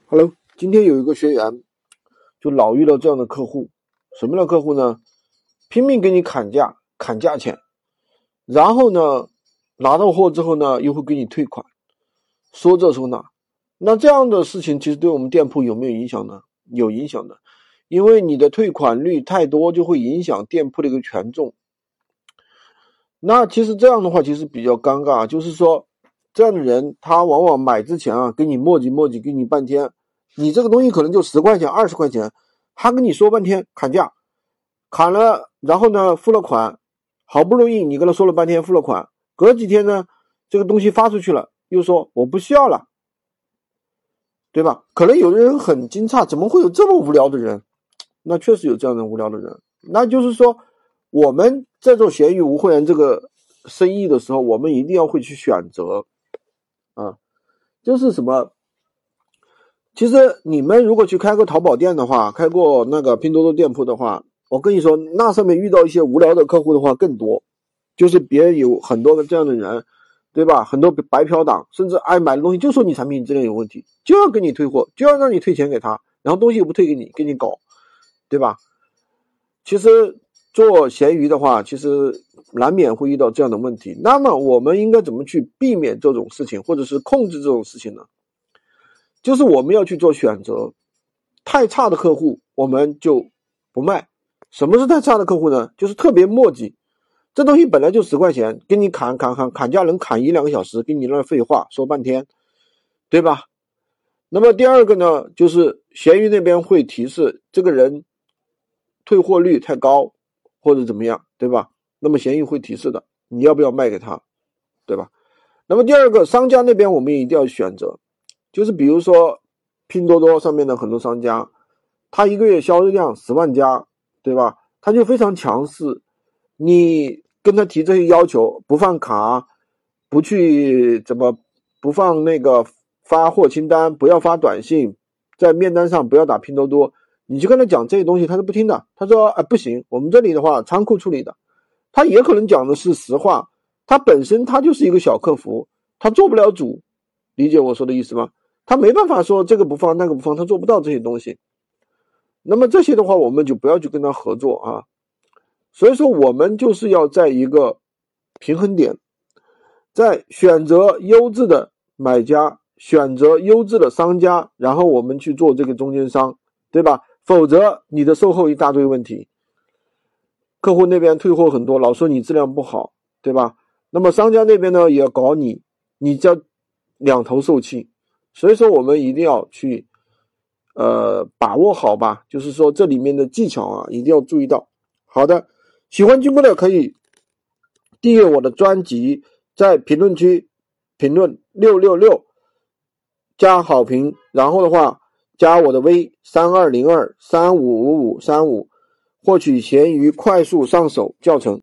Hello，今天有一个学员就老遇到这样的客户，什么样的客户呢？拼命给你砍价、砍价钱，然后呢，拿到货之后呢，又会给你退款，说这说那。那这样的事情其实对我们店铺有没有影响呢？有影响的，因为你的退款率太多，就会影响店铺的一个权重。那其实这样的话，其实比较尴尬，就是说，这样的人他往往买之前啊，给你磨叽，给你半天。你这个东西可能就10块钱、20块钱，他跟你说半天砍价，砍了，然后呢付了款，好不容易你跟他说了半天付了款，隔几天呢这个东西发出去了，又说我不需要了，对吧？可能有的人很惊诧，怎么会有这么无聊的人？那确实有这样的无聊的人。那就是说我们在做闲鱼无货源这个生意的时候，我们一定要会去选择啊，就是什么？其实你们如果去开过淘宝店的话，开过那个拼多多店铺的话，我跟你说，那上面遇到一些无聊的客户的话更多，就是别人有很多个这样的人，对吧？很多白嫖党，甚至爱买的东西就说你产品质量有问题，就要给你退货，就要让你退钱给他，然后东西又不退给你，给你搞，对吧？其实做闲鱼的话，其实难免会遇到这样的问题。那么我们应该怎么去避免这种事情，或者是控制这种事情呢？就是我们要去做选择，太差的客户我们就不卖。什么是太差的客户呢？就是特别磨叽，这东西本来就10块钱，给你砍价能砍1-2个小时，给你那废话说半天，对吧？那么第二个呢，就是闲鱼那边会提示这个人退货率太高或者怎么样，对吧？那么闲鱼会提示的，你要不要卖给他，对吧？那么第二个，商家那边我们也一定要选择，就是比如说拼多多上面的很多商家，他一个月销售量10万加，对吧？他就非常强势，你跟他提这些要求，不放卡，不去不放那个发货清单，不要发短信，在面单上不要打拼多多，你就跟他讲这些东西，他是不听的。他说不行，我们这里的话仓库处理的，他也可能讲的是实话，他本身他就是一个小客服，他做不了主，理解我说的意思吗？他没办法说这个不放那个不放，他做不到这些东西。那么这些的话，我们就不要去跟他合作啊。所以说我们就是要在一个平衡点，在选择优质的买家，选择优质的商家，然后我们去做这个中间商，对吧？否则你的售后一大堆问题，客户那边退货很多，老说你质量不好，对吧？那么商家那边呢也要搞你，你叫两头受气。所以说我们一定要去把握好吧，就是说这里面的技巧啊一定要注意到。好的，喜欢军哥的可以订阅我的专辑，在评论区评论666加好评，然后的话加我的微3202355535，获取闲鱼快速上手教程。